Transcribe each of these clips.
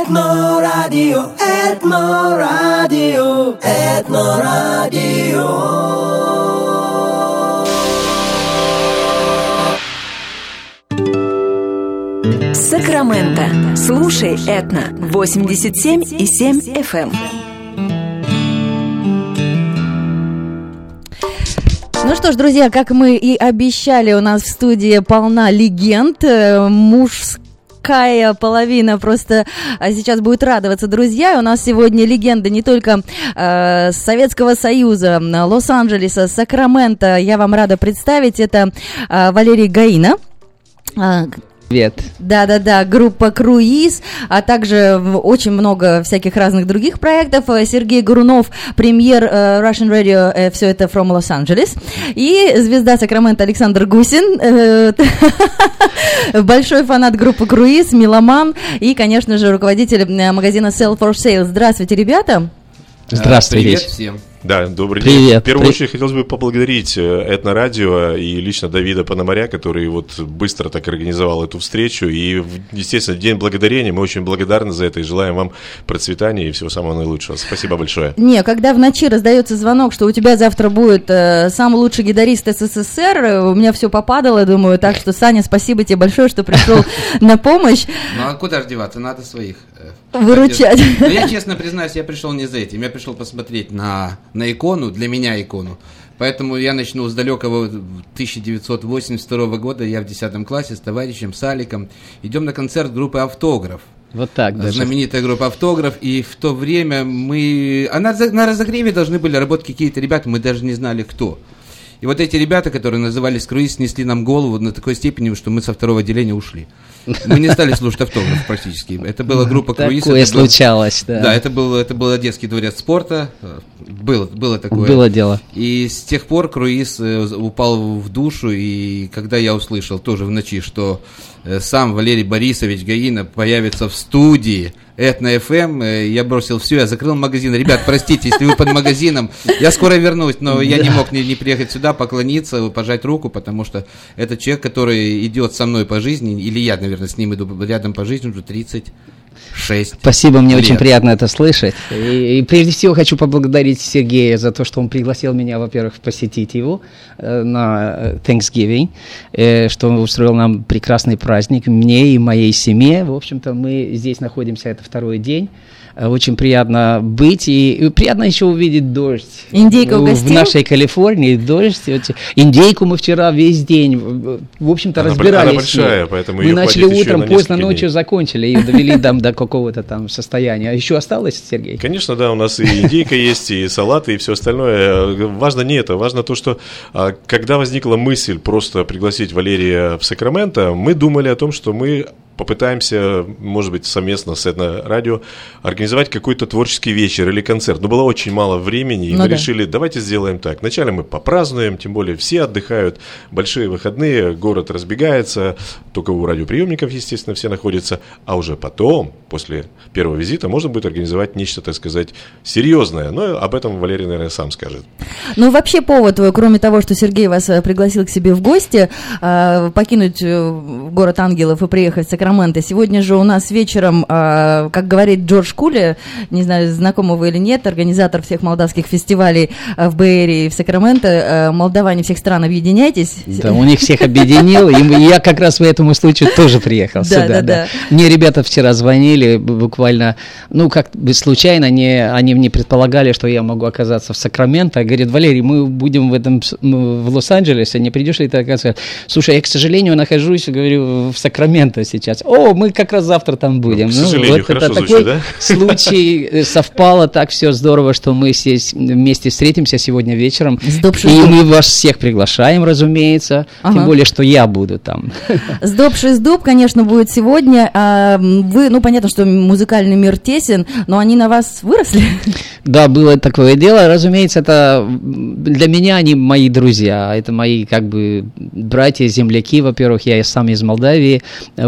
Этнорадио, Этнорадио, Этнорадио. Сакраменто. Слушай Этно 87,7 FM. Ну что ж, друзья, как мы и обещали, у нас в студии полна легенд, мужская половина просто сейчас будет радоваться, друзья. У нас сегодня легенды не только Советского Союза, Лос-Анджелеса, Сакраменто. Я вам рада представить, это Валерий Гаина. Привет. Да, группа «Круиз», а также очень много всяких разных других проектов. Сергей Горунов, премьер Russian Radio, все это from Los-Angeles. И звезда Сакраменто Александр Гусин, большой фанат группы «Круиз», меломан и, конечно же, руководитель магазина Sell for Sale. Здравствуйте, ребята. Здравствуйте. Привет всем. Да, добрый Привет. день. В первую очередь хотелось бы поблагодарить Этнорадио и лично Давида Пономаря, который вот быстро так организовал эту встречу. И, естественно, День Благодарения. Мы очень благодарны за это и желаем вам процветания и всего самого наилучшего. Спасибо большое. Не, когда в ночи раздается звонок, что у тебя завтра будет самый лучший гитарист СССР, у меня все попадало, думаю, так что, Саня, спасибо тебе большое, что пришел на помощь. Ну а куда же деваться? Надо своих выручать. Но я честно признаюсь, я пришел не за этим. Я пришел посмотреть на икону, для меня икону. Поэтому я начну с далекого 1982 года. Я в 10 классе с товарищем Саликом. Идем на концерт группы «Автограф». Вот так даже. Знаменитая группа «Автограф». И в то время на разогреве должны были работать какие-то ребята, мы даже не знали, кто. И вот эти ребята, которые назывались «Круиз», снесли нам голову на такой степени, что мы со второго отделения ушли. Мы не стали слушать «Автограф» практически. Это была группа «Круиз». Такое случалось, да. Да, это был Одесский дворец спорта. Было такое. Было дело. И с тех пор «Круиз» упал в душу. И когда я услышал тоже в ночи, что сам Валерий Борисович Гаина появится в студии Этно-ФМ, я бросил все, я закрыл магазин. Ребят, простите, если вы под магазином, я скоро вернусь, но я не мог не приехать сюда, поклониться, пожать руку, потому что это человек, который идет со мной по жизни, или я, наверное, с ним иду рядом по жизни уже 36 Спасибо, мне лет. очень приятно это слышать. И прежде всего хочу поблагодарить Сергея за то, что он пригласил меня, во-первых, посетить его на Thanksgiving, что он устроил нам прекрасный праздник, мне и моей семье. В общем-то, мы здесь находимся, это второй день. Очень приятно быть, и приятно еще увидеть дождь. Индейка угостил? В нашей Калифорнии дождь. Индейку мы вчера весь день, в общем-то, разбирались. Она большая, поэтому мы ее начали хватит утром, еще на поздно несколько ночью дней. закончили, и довели до какого-то там состояния. А еще осталось, Сергей? Конечно, да, у нас и индейка есть, и салаты, и все остальное. Важно не это, важно то, что когда возникла мысль просто пригласить Валерия в Сакраменто, мы думали о том, что мы попытаемся, может быть, совместно с Этно-радио организовать какой-то творческий вечер или концерт. Но было очень мало времени, и мы решили, давайте сделаем так. Вначале мы попразднуем, тем более все отдыхают, большие выходные, город разбегается, только у радиоприемников, естественно, все находятся. А уже потом, после первого визита, можно будет организовать нечто, так сказать, серьезное. Но об этом Валерий, наверное, сам скажет. Ну, вообще повод, кроме того, что Сергей вас пригласил к себе в гости, покинуть город ангелов и приехать в Сакраменто. Сегодня же у нас вечером, как говорит Джордж Кули, не знаю, знакомы вы или нет, организатор всех молдавских фестивалей в Бэй-Эрии и в Сакраменто. Молдаване всех стран, объединяйтесь. Да, у них всех объединил, и я как раз по этому случаю тоже приехал сюда. Да. Мне ребята вчера звонили, буквально, как бы случайно, они не предполагали, что я могу оказаться в Сакраменто. Говорят, Валерий, мы будем в Лос-Анджелесе, не придешь ли ты оказаться? Слушай, я, к сожалению, нахожусь, говорю, в Сакраменто сейчас. Мы как раз завтра там будем. К сожалению, вот хорошо это звучит, такой да? случай, совпало так все здорово, что мы здесь вместе встретимся сегодня вечером. И мы вас всех приглашаем, разумеется, тем более, что я буду там. Сдоб, конечно, будет сегодня. Вы, понятно, что музыкальный мир тесен, но они на вас выросли? Да, было такое дело. Разумеется, это для меня они мои друзья. Это мои, братья, земляки, во-первых, я сам из Молдавии.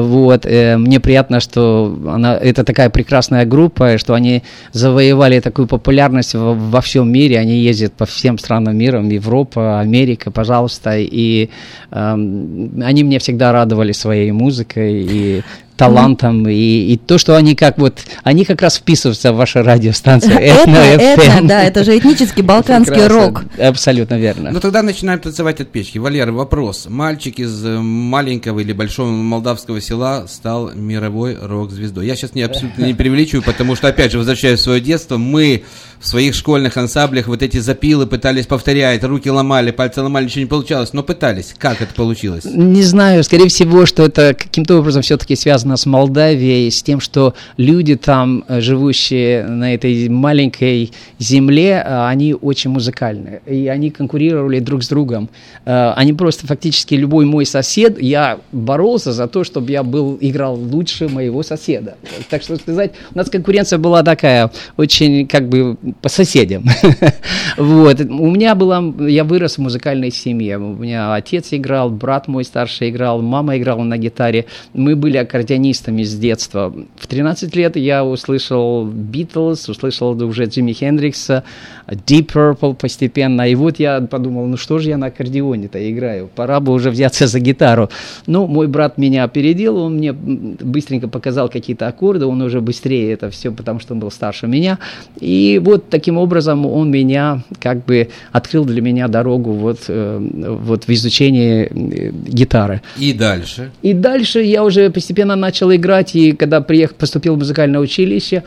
Мне приятно, что это такая прекрасная группа, что они завоевали такую популярность во всем мире. Они ездят по всем странам мира, Европа, Америка, пожалуйста. И они меня всегда радовали своей музыкой. И талантом, и то, что они как раз вписываются в вашу радиостанцию Этно. Да, это же этнический балканский рок. Абсолютно верно. Ну тогда начинаем танцевать от печки. Валера, вопрос. Мальчик из маленького или большого молдавского села стал мировой рок-звездой. Я сейчас абсолютно не преувеличиваю, потому что, опять же, возвращаясь в свое детство, мы в своих школьных ансамблях вот эти запилы пытались повторять, руки ломали, пальцы ломали, ничего не получалось, но пытались. Как это получилось? Не знаю, скорее всего, что это каким-то образом все-таки связано с Молдавией, с тем, что люди там, живущие на этой маленькой земле, они очень музыкальные, и они конкурировали друг с другом. Они просто фактически, любой мой сосед, я боролся за то, чтобы я играл лучше моего соседа. Так что сказать, у нас конкуренция была такая, очень как бы по соседям. Вот. Я вырос в музыкальной семье. У меня отец играл, брат мой старший играл, мама играла на гитаре. Мы были аккордеонистами с детства. В 13 лет я услышал Beatles, услышал уже Джимми Хендрикса, Deep Purple постепенно. И вот я подумал, что же я на аккордеоне-то играю? Пора бы уже взяться за гитару. Мой брат меня опередил, он мне быстренько показал какие-то аккорды, он уже быстрее это все, потому что он был старше меня. И вот таким образом он меня как бы открыл для меня дорогу вот в изучении гитары. И дальше? И дальше я уже постепенно начал играть, и когда поступил в музыкальное училище,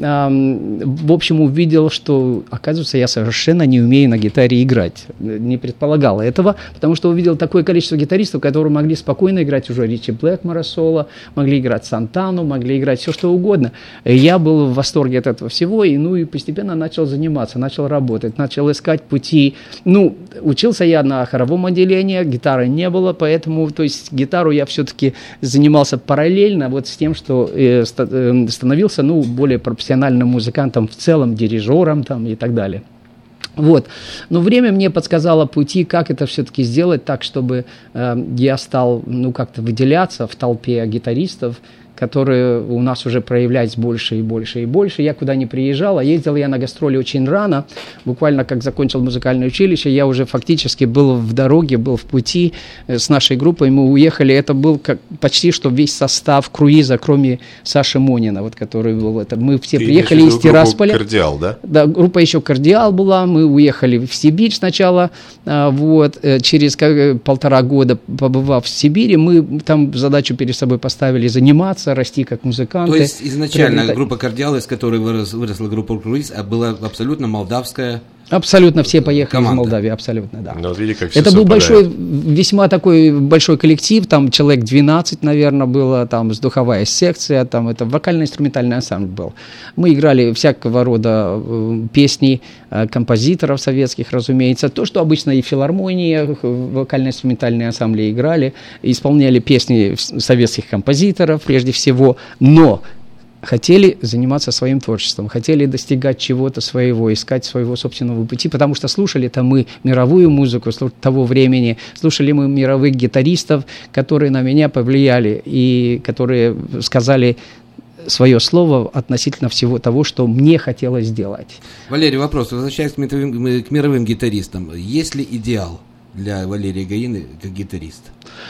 в общем, увидел, что, оказывается, я совершенно не умею на гитаре играть. Не предполагал этого, потому что увидел такое количество гитаристов, которые могли спокойно играть уже Ричи Блэкмора соло, могли играть Сантану, могли играть все, что угодно. Я был в восторге от этого всего, и постепенно начал заниматься, начал работать, начал искать пути. Учился я на хоровом отделении, гитары не было, поэтому, то есть, гитару я все-таки занимался параллельно вот с тем, что становился, более профессиональным музыкантом в целом, дирижером там и так далее. Вот. Но время мне подсказало пути, как это все-таки сделать так, чтобы я стал, как-то выделяться в толпе гитаристов, которые у нас уже проявлялись больше и больше и больше. Я куда ни приезжал, ездил я на гастроли очень рано, буквально как закончил музыкальное училище, я уже фактически был в дороге, был в пути с нашей группой, мы уехали, это был почти что весь состав круиза, кроме Саши Монина, который был, мы все приехали из Тирасполя. Кардиал, да? Да, группа еще Кардиал была, мы уехали в Сибирь сначала, через 1,5 года побывав в Сибири, мы там задачу перед собой поставили заниматься, расти как музыканты. То есть изначально группа «Кардиал», из которой выросла группа «Круиз», была абсолютно молдавская абсолютно все поехали команда. Из Молдавии, абсолютно, да. Это был весьма такой большой коллектив, там человек 12, наверное, было, там духовая секция, там это вокально-инструментальный ансамбль был. Мы играли всякого рода песни композиторов советских, разумеется, то, что обычно и в филармонии вокально-инструментальные ансамбли играли, исполняли песни советских композиторов прежде всего, но хотели заниматься своим творчеством, хотели достигать чего-то своего, искать своего собственного пути, потому что слушали-то мы мировую музыку того времени, слушали мы мировых гитаристов, которые на меня повлияли и которые сказали свое слово относительно всего того, что мне хотелось сделать. Валерий, вопрос. Возвращаясь к мировым гитаристам. Есть ли идеал для Валерия Гаины как гитариста?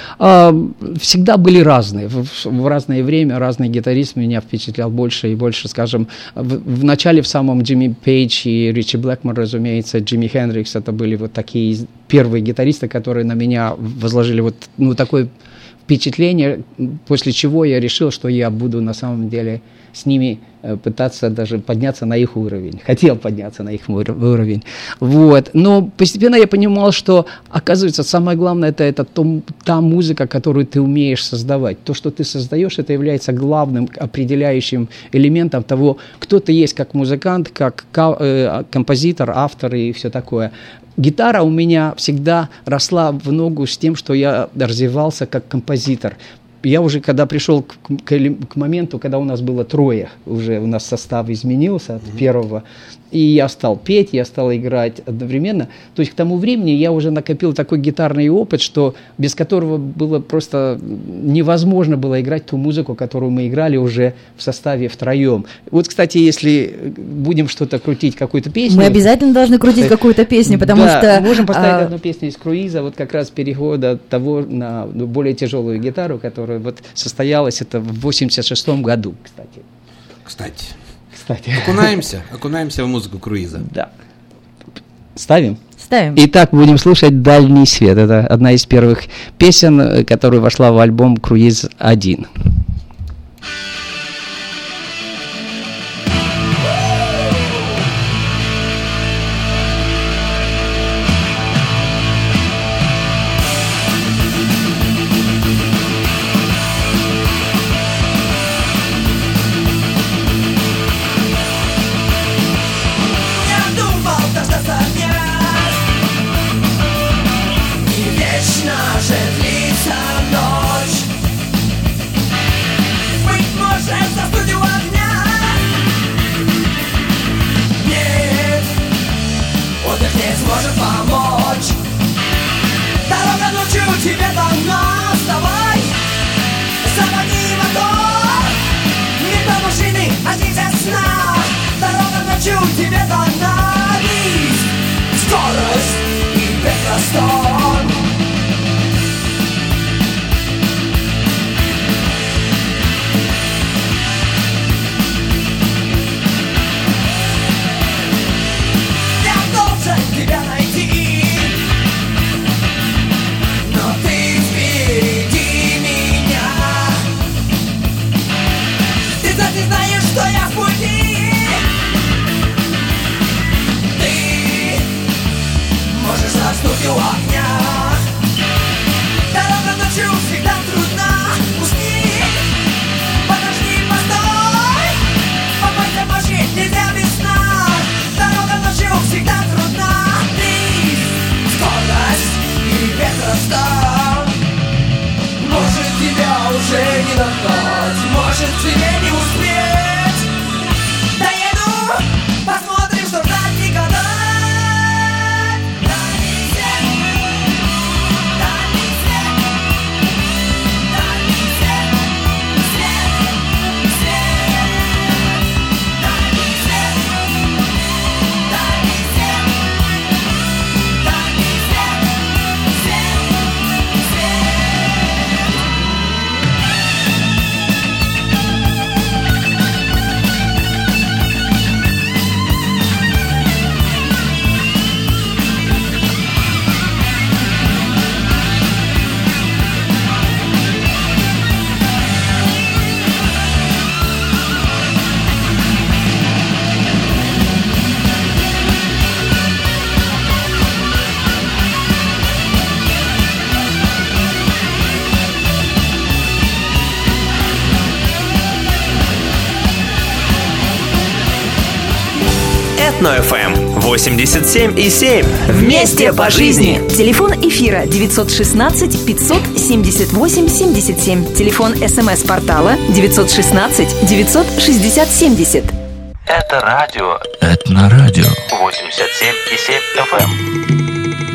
Всегда были разные. В разное время разный гитарист меня впечатлял больше и больше, скажем, в начале в самом Джимми Пейдж и Ричи Блэкмор, разумеется, Джимми Хендрикс, это были вот такие первые гитаристы, которые на меня возложили такое впечатление, после чего я решил, что я буду на самом деле с ними пытаться даже подняться на их уровень. Хотел подняться на их уровень. Вот. Но постепенно я понимал, что, оказывается, самое главное это та музыка, которую ты умеешь создавать. То, что ты создаешь, это является главным определяющим элементом того, кто ты есть как музыкант, как композитор, автор и все такое. Гитара у меня всегда росла в ногу с тем, что я развивался как композитор. Я уже, когда пришел к моменту, когда у нас было 3, уже у нас состав изменился от первого, и я стал петь, я стал играть одновременно. То есть к тому времени я уже накопил такой гитарный опыт, что без которого было просто невозможно было играть ту музыку, которую мы играли уже в составе втроем. Вот, кстати, если будем что-то крутить, какую-то песню... Мы обязательно должны крутить какую-то песню, потому что... можем поставить одну песню из круиза, вот как раз перехода того на более тяжелую гитару, которую которое вот состоялось, это в 86-м году, кстати. Окунаемся в музыку круиза. Да. Ставим? Ставим. Итак, будем слушать «Дальний свет». Это одна из первых песен, которая вошла в альбом «Круиз-1». Этно-ФМ 87,7. Вместе по жизни. Телефон эфира 916 578 77. Телефон СМС-портала 916 960 70. Это радио. Этно-радио. 87,7 FM.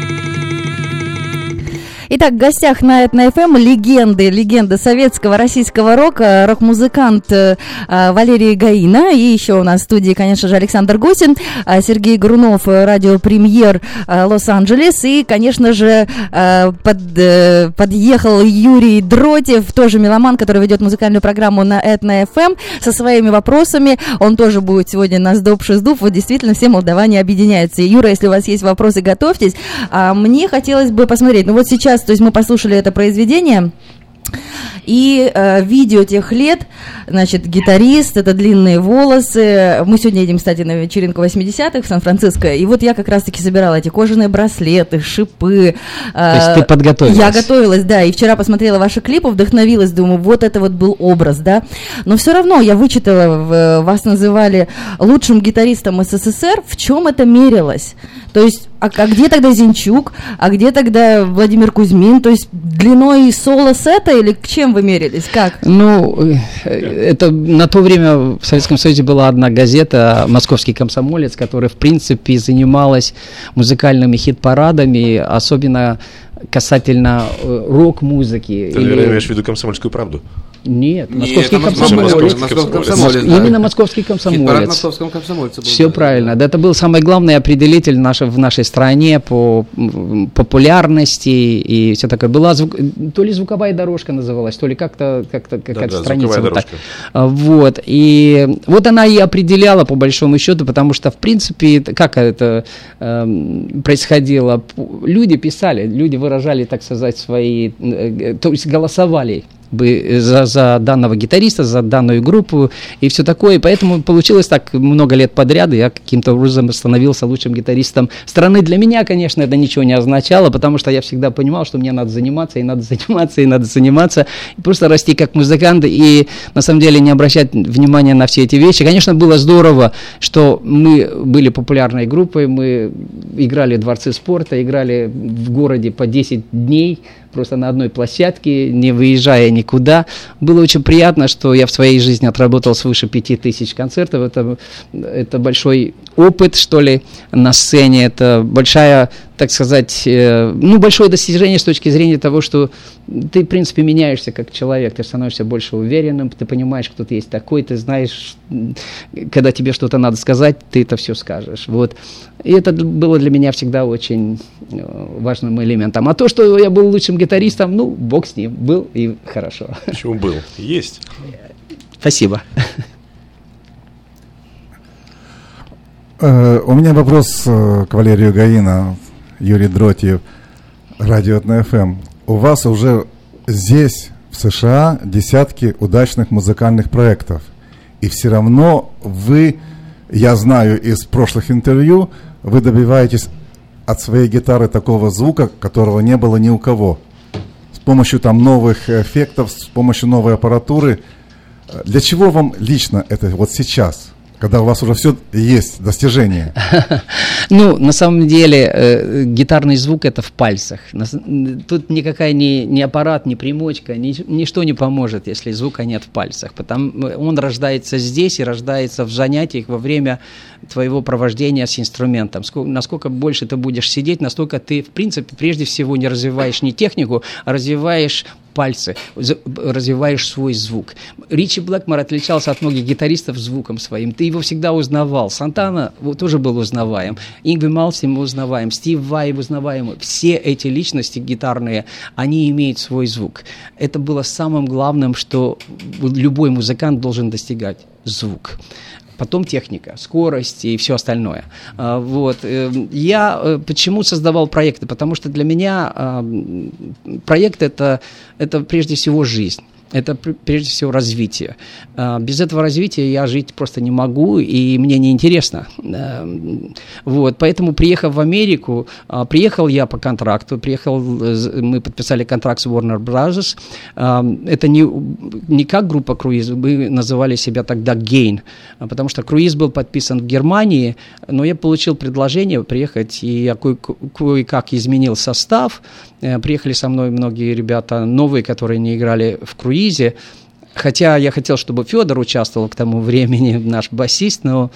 Итак, в гостях на Этно-ФМ легенды советского, российского рока, рок-музыкант Валерий Гаина. И еще у нас в студии, конечно же, Александр Гусин, Сергей Горунов, радиопремьер Лос-Анджелес. И, конечно же, подъехал Юрий Дротев, тоже меломан, который ведет музыкальную программу на Этно-ФМ со своими вопросами. Он тоже будет сегодня на сдоб-шиздуб. Вот действительно все молдаване объединяются. И, Юра, если у вас есть вопросы, готовьтесь. Мне хотелось бы посмотреть, ну вот сейчас, то есть мы послушали это произведение, и видео тех лет, значит, гитарист, это длинные волосы. Мы сегодня едем, кстати, на вечеринку 80-х в Сан-Франциско, и вот я как раз-таки собирала эти кожаные браслеты, шипы. То есть ты подготовилась? Я готовилась, да, и вчера посмотрела ваши клипы, вдохновилась, думаю, вот это вот был образ, да. Но все равно я вычитала, вас называли лучшим гитаристом СССР. В чем это мерилось? То есть, а где тогда Зинчук, а где тогда Владимир Кузьмин? То есть длиной соло-сета или к чем вы мерились? Как? Ну, это на то время в Советском Союзе была одна газета «Московский комсомолец», которая, в принципе, занималась музыкальными хит-парадами, особенно касательно рок-музыки. Ты, наверное, имеешь в виду «Комсомольскую правду»? Нет, московский комсомолец. Именно московский комсомолец. Хит-парад московского комсомольца был. Все правильно. Да, это был самый главный определитель в нашей стране по популярности и все такое. Была то ли звуковая дорожка называлась, то ли какая-то страница. Вот, вот. И вот она и определяла по большому счету, потому что в принципе как это происходило? Люди писали, люди выражали, так сказать, свои, то есть голосовали бы за данного гитариста, за данную группу и все такое. И поэтому получилось так много лет подряд, и я каким-то образом становился лучшим гитаристом страны. Для меня, конечно, это ничего не означало, потому что я всегда понимал, что мне надо заниматься, и надо заниматься, и просто расти как музыкант, и на самом деле не обращать внимания на все эти вещи. Конечно, было здорово, что мы были популярной группой, мы играли в дворце спорта, играли в городе по 10 дней, просто на одной площадке, не выезжая никуда. Было очень приятно, что я в своей жизни отработал свыше 5000 концертов. Это большой опыт, что ли, на сцене. Это большая, так сказать, большое достижение с точки зрения того, что ты, в принципе, меняешься как человек, ты становишься больше уверенным, ты понимаешь, кто ты есть такой, ты знаешь, когда тебе что-то надо сказать, ты это все скажешь. Вот. И это было для меня всегда очень важным элементом. А то, что я был лучшим гитаристом, бог с ним, был и хорошо. Почему был? Есть. Спасибо. У меня вопрос к Валерию Гаина, Юрий Дротьев, Радио Этно ФМ. У вас уже здесь, в США, десятки удачных музыкальных проектов. И все равно вы, я знаю из прошлых интервью, вы добиваетесь от своей гитары такого звука, которого не было ни у кого. С помощью новых эффектов, с помощью новой аппаратуры. Для чего вам лично это вот сейчас? Когда у вас уже все есть, достижения? На самом деле, гитарный звук – это в пальцах. Тут никакая ни аппарат, ни примочка, ничто не поможет, если звука нет в пальцах. Он рождается здесь и рождается в занятиях во время твоего провождения с инструментом. Насколько больше ты будешь сидеть, настолько ты, в принципе, прежде всего не развиваешь не технику, а развиваешь пальцы, развиваешь свой звук. Ричи Блэкмор отличался от многих гитаристов звуком своим. Ты его всегда узнавал. Сантана тоже был узнаваем. Ингви Малмстин узнаваем. Стив Vai узнаваем. Все эти личности гитарные, они имеют свой звук. Это было самым главным, что любой музыкант должен достигать. Звук. Потом техника, скорость и все остальное. Вот. Я почему создавал проекты? Потому что для меня проект это прежде всего жизнь. Это прежде всего развитие. Без этого развития я жить просто не могу, и мне неинтересно. Вот. Поэтому, приехав в Америку, приехал я по контракту, мы подписали контракт с Warner Brothers. Это не как группа Круиз, мы называли себя тогда Gain, потому что Круиз был подписан в Германии, но я получил предложение приехать, и я кое-как изменил состав. Приехали со мной многие ребята новые, которые не играли в Круизе. Хотя я хотел, чтобы Федор участвовал к тому времени, наш басист, но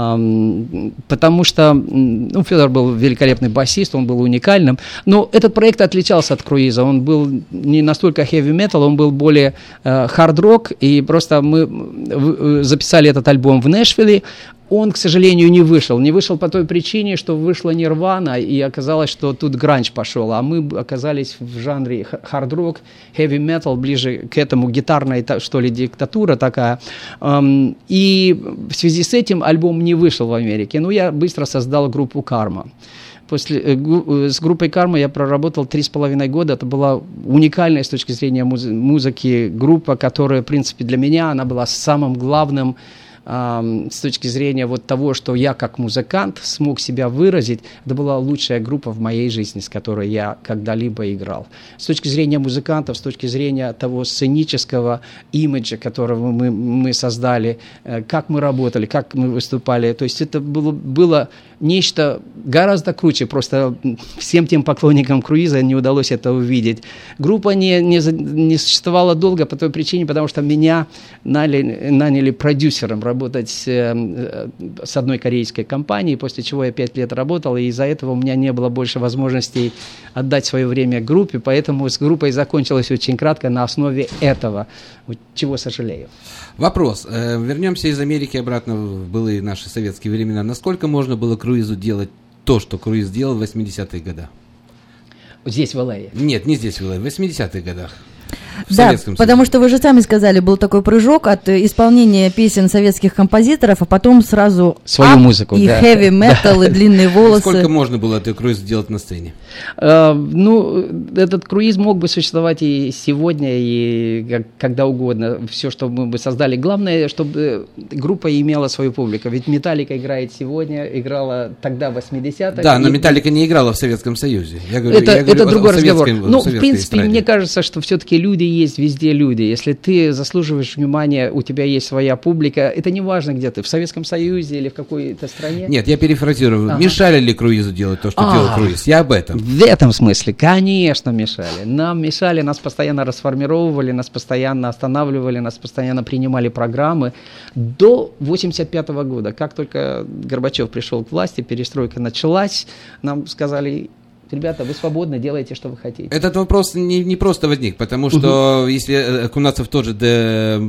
потому что Федор был великолепный басист, он был уникальным. Но этот проект отличался от Круиза. Он был не настолько heavy metal, он был более хард-рок. И просто мы записали этот альбом в Нэшвилле. Он, к сожалению, не вышел. Не вышел по той причине, что вышла Нирвана, и оказалось, что тут гранж пошел. А мы оказались в жанре хард-рок, heavy-metal, ближе к этому, гитарная, что ли, диктатура такая. И в связи с этим альбом не вышел в Америке. Но я быстро создал группу «Карма». С группой «Карма» я проработал 3,5 года. Это была уникальная с точки зрения музыки группа, которая, в принципе, для меня, она была самым главным с точки зрения того, что я как музыкант смог себя выразить. Это была лучшая группа в моей жизни, с которой я когда-либо играл. С точки зрения музыкантов, с точки зрения того сценического имиджа, которого мы создали, как мы работали, как мы выступали. То есть это было нечто гораздо круче. Просто всем тем поклонникам Круиза не удалось это увидеть. Группа не существовала долго по той причине, потому что меня наняли продюсером работать с одной корейской компанией, после чего я 5 лет работал, и из-за этого у меня не было больше возможностей отдать свое время группе, поэтому с группой закончилось очень кратко на основе этого, чего сожалею. Вопрос. Вернемся из Америки обратно в былые наши советские времена. Насколько можно было круизу делать то, что круиз делал в 80-е годы? Здесь, в Л.А.? Нет, не здесь, в Л.А., в 80-х годах. Да, потому что вы же сами сказали, был такой прыжок от исполнения песен советских композиторов, а потом сразу свою музыку, и хэви метал, и длинные волосы. Сколько можно было этот круиз делать на сцене? Этот круиз мог бы существовать и сегодня, и когда угодно. Все, что мы бы создали. Главное, чтобы группа имела свою публику. Ведь Металлика играет сегодня, играла тогда в 80-х. Да, но Металлика не играла в Советском Союзе. Это другой разговор. Ну, в принципе, мне кажется, что все-таки люди есть везде люди. Если ты заслуживаешь внимания, у тебя есть своя публика, это не важно, где ты, в Советском Союзе или в какой-то стране. Нет, я перефразирую. Ага. Мешали ли круизу делать то, что делал круиз? Я об этом. В этом смысле, конечно, мешали. Нам мешали, нас постоянно расформировывали, нас постоянно останавливали, нас постоянно принимали программы. До 1985 года, как только Горбачев пришел к власти, перестройка началась, нам сказали: ребята, вы свободны, делайте, что вы хотите. Этот вопрос не просто возник, потому что если окунаться в тот же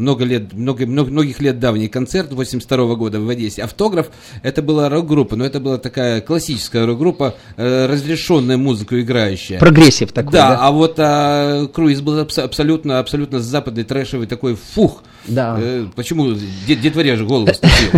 многих лет давний концерт 82 года в Одессе, «Автограф», это была рок-группа, но это была такая классическая рок-группа, разрешенная музыку играющая. Прогрессив такой, да? Да, а вот круиз был абсолютно западный, трэшевый такой, фух. Да. Почему детворе же голову ступил?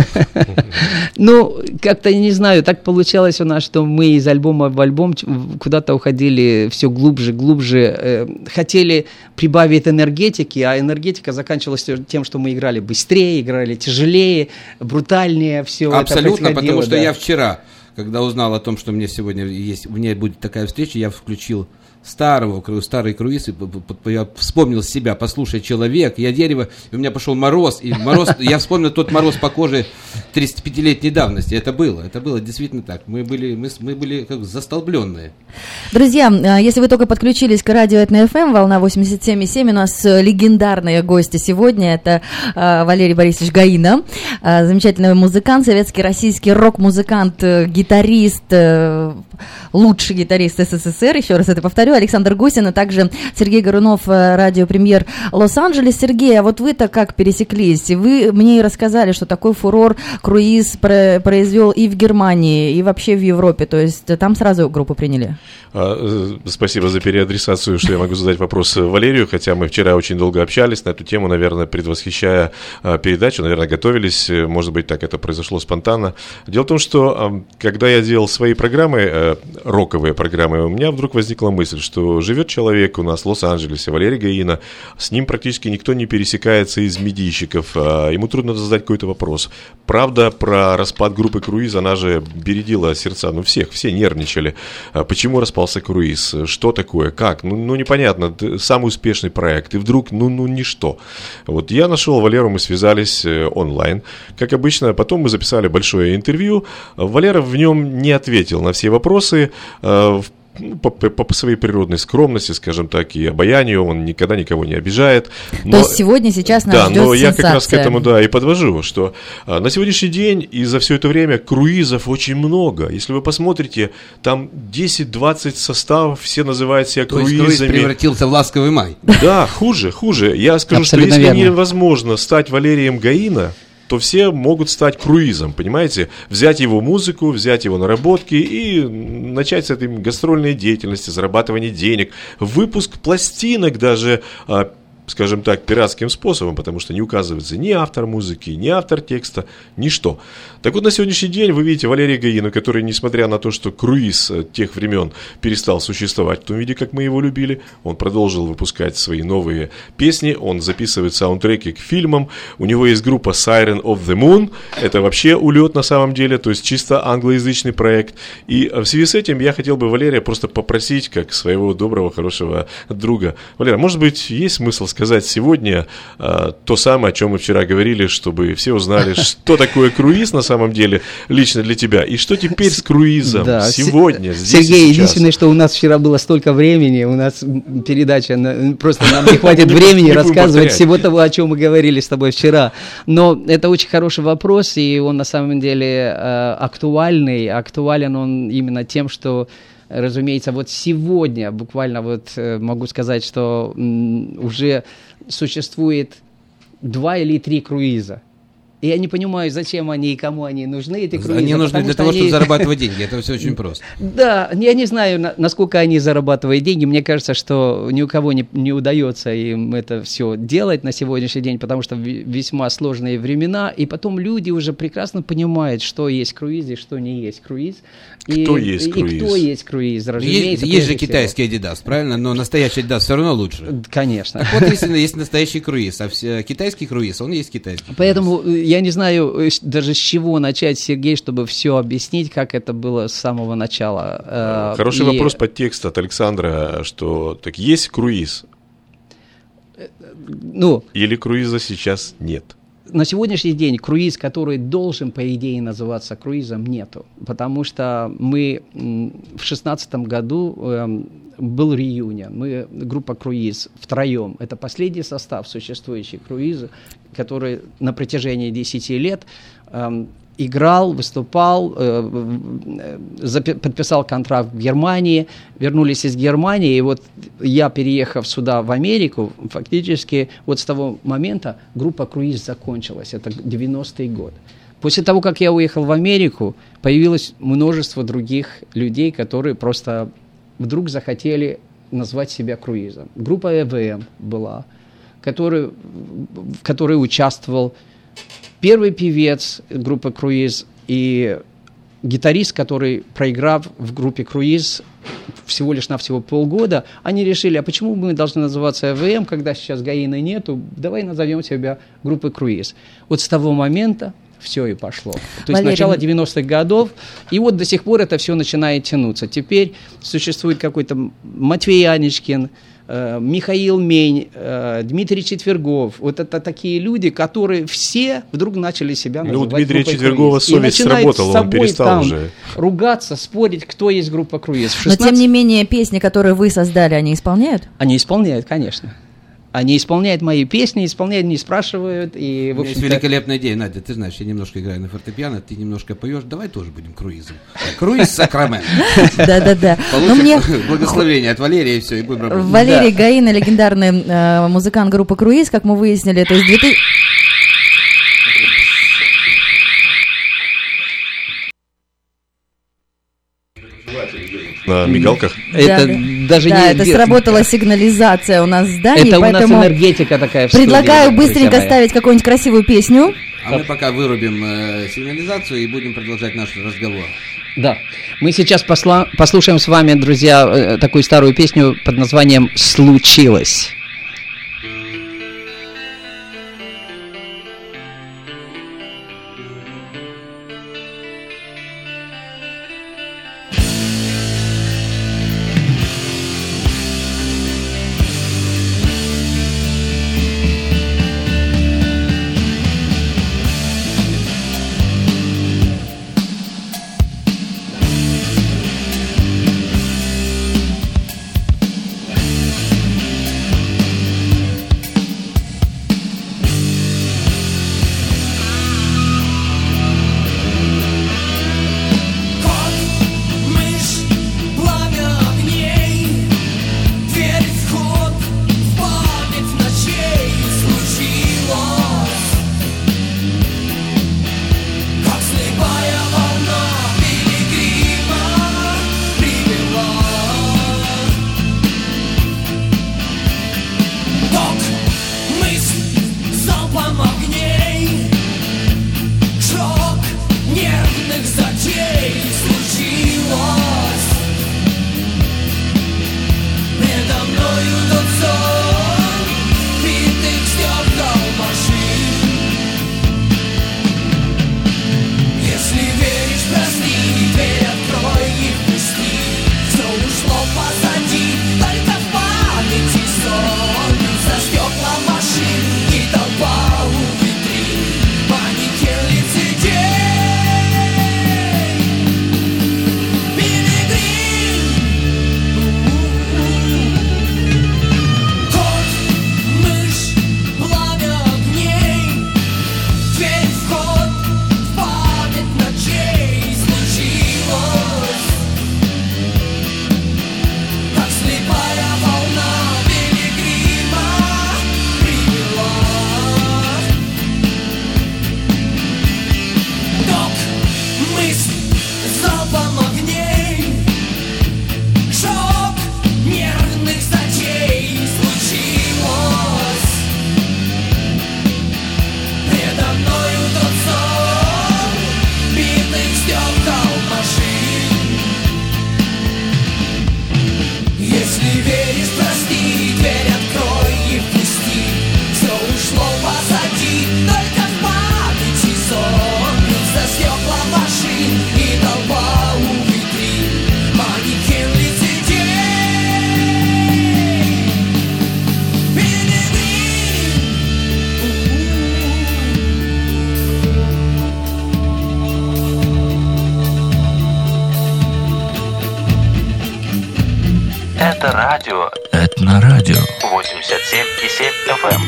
Ну, как-то, не знаю, так получалось у нас, что мы из альбома в альбом куда-то уходили все глубже, хотели прибавить энергетики, а энергетика заканчивалась тем, что мы играли быстрее, играли тяжелее, брутальнее, все абсолютно, это потому что да. Я вчера, когда узнал о том, что мне сегодня у меня будет такая встреча, я включил старый круиз, и я вспомнил себя, послушай, человек, я дерево, и у меня пошел мороз, я вспомнил тот мороз по коже 35-летней давности, это было действительно так, мы были как застолбленные. Друзья, если вы только подключились к радио ЭтноФМ, волна 87,7, у нас легендарные гости сегодня, это Валерий Борисович Гаина, замечательный музыкант, советский, российский рок-музыкант, гитарист, лучший гитарист СССР, еще раз это повторю, Александр Гусин, а также Сергей Горунов, радиопремьер Лос-Анджелес. Сергей, а вот вы-то как пересеклись? Вы мне рассказали, что такой фурор круиз произвел и в Германии, и вообще в Европе, то есть там сразу группу приняли? Спасибо за переадресацию, что я могу задать вопрос Валерию, хотя мы вчера очень долго общались на эту тему, наверное, предвосхищая передачу, наверное, готовились, может быть, так это произошло спонтанно. Дело в том, что когда я делал свои программы, роковые программы, у меня вдруг возникла мысль, что живет человек у нас в Лос-Анджелесе, Валерий Гаина, с ним практически никто не пересекается из медийщиков, ему трудно задать какой-то вопрос. Правда, про распад группы «Круиз», она же бередила сердца, все нервничали. Почему распался «Круиз», что такое, как, непонятно, самый успешный проект, и вдруг, ничто. Вот я нашел Валеру, мы связались онлайн, как обычно, потом мы записали большое интервью, Валера в нем не ответил на все вопросы, по своей природной скромности, скажем так, и обаянию, он никогда никого не обижает. То есть сейчас нас ждет но я сенсация. как раз к этому, и подвожу, что на сегодняшний день и за все это время круизов очень много. Если вы посмотрите, там 10-20 составов, все называют себя круизами. То есть круиз превратился в ласковый май. Да, хуже. Я скажу, абсолютно что если верно. невозможно стать Валерием Гаина, то все могут стать круизом, понимаете? Взять его музыку, взять его наработки и начать с этой гастрольной деятельности, зарабатывания денег, выпуск пластинок даже, скажем так, пиратским способом, потому что не указывается ни автор музыки, ни автор текста, ничто. Так вот, на сегодняшний день вы видите Валерия Гаину, который, несмотря на то, что круиз тех времен перестал существовать в том виде, как мы его любили, он продолжил выпускать свои новые песни, он записывает саундтреки к фильмам, у него есть группа Siren of the Moon, это вообще улет на самом деле, то есть чисто англоязычный проект. И в связи с этим я хотел бы Валерия просто попросить, как своего доброго, хорошего друга: Валера, может быть, есть смысл сказать рассказать сегодня то самое, о чем мы вчера говорили, чтобы все узнали, что такое круиз на самом деле лично для тебя, и что теперь с круизом сегодня, здесь Сергей, и сейчас. единственное, что у нас вчера было столько времени, у нас передача, просто нам не хватит времени рассказывать всего того, о чем мы говорили с тобой вчера. Но это очень хороший вопрос, и он на самом деле актуальный. Актуален он именно тем, что, разумеется, вот сегодня, буквально вот могу сказать, что уже существует 2 или 3 круиза. И я не понимаю, зачем они и кому они нужны, эти круизы. Они нужны для того, чтобы зарабатывать деньги, это все очень просто. Да, я не знаю, насколько они зарабатывают деньги, мне кажется, что ни у кого не удается им это все делать на сегодняшний день, потому что весьма сложные времена, и потом люди уже прекрасно понимают, что есть круиз и что не есть круиз. Кто есть круиз? Кто есть круиз, разумеется. Есть же китайский Adidas, правильно? Но настоящий Adidas все равно лучше. Конечно. Так вот, если есть настоящий круиз, а китайский круиз, он есть китайский. Поэтому я не знаю даже с чего начать, Сергей, чтобы все объяснить, как это было с самого начала. Хороший вопрос под текст от Александра, что так есть круиз? Или круиза сейчас нет? На сегодняшний день круиз, который должен, по идее, называться круизом, нету. Потому что мы в 2016 году был реюнион. Мы, группа «Круиз», втроем. Это последний состав существующих круизов, который на протяжении 10 лет играл, выступал, подписал контракт в Германии, вернулись из Германии, и вот я, переехав сюда, в Америку, фактически вот с того момента группа «Круиз» закончилась, это 90-й год. После того, как я уехал в Америку, появилось множество других людей, которые просто вдруг захотели назвать себя круизом. Группа ЭВМ была, в которой участвовал первый певец группы «Круиз» и гитарист, который, проиграв в группе «Круиз» всего лишь навсего полгода, они решили, а почему мы должны называться ЭВМ, когда сейчас Гаины нету, давай назовем себя группой «Круиз». Вот с того момента все и пошло. То есть начало 90-х годов, и вот до сих пор это все начинает тянуться. Теперь существует какой-то Матвей Аничкин, Михаил Мень, Дмитрий Четвергов. Вот это такие люди, которые все вдруг начали себя называть группой «Круиз». У Дмитрия Четвергова совесть сработала, он перестал уже ругаться, спорить, кто есть группа «Круиз». Но тем не менее песни, которые вы создали, они исполняют? Они исполняют, конечно. Они исполняют мои песни, исполняют, не спрашивают. И, в общем-то... Есть великолепная идея, Надя, ты знаешь, я немножко играю на фортепиано, ты немножко поешь, давай тоже будем круизом. Круиз Сакраменто. Да-да-да. Получим благословение от Валерия, и все, и будем работать. Валерий Гаина, легендарный музыкант группы «Круиз», как мы выяснили, то есть 2000... На мигалках? Это сработала сигнализация у нас в здании, это поэтому у нас энергетика такая в предлагаю студии, быстренько ставить какую-нибудь красивую песню. А мы пока вырубим сигнализацию и будем продолжать наш разговор. Да, мы сейчас послушаем с вами, друзья, такую старую песню под названием «Случилось». Это радио. Этнорадио. 87,7 FM.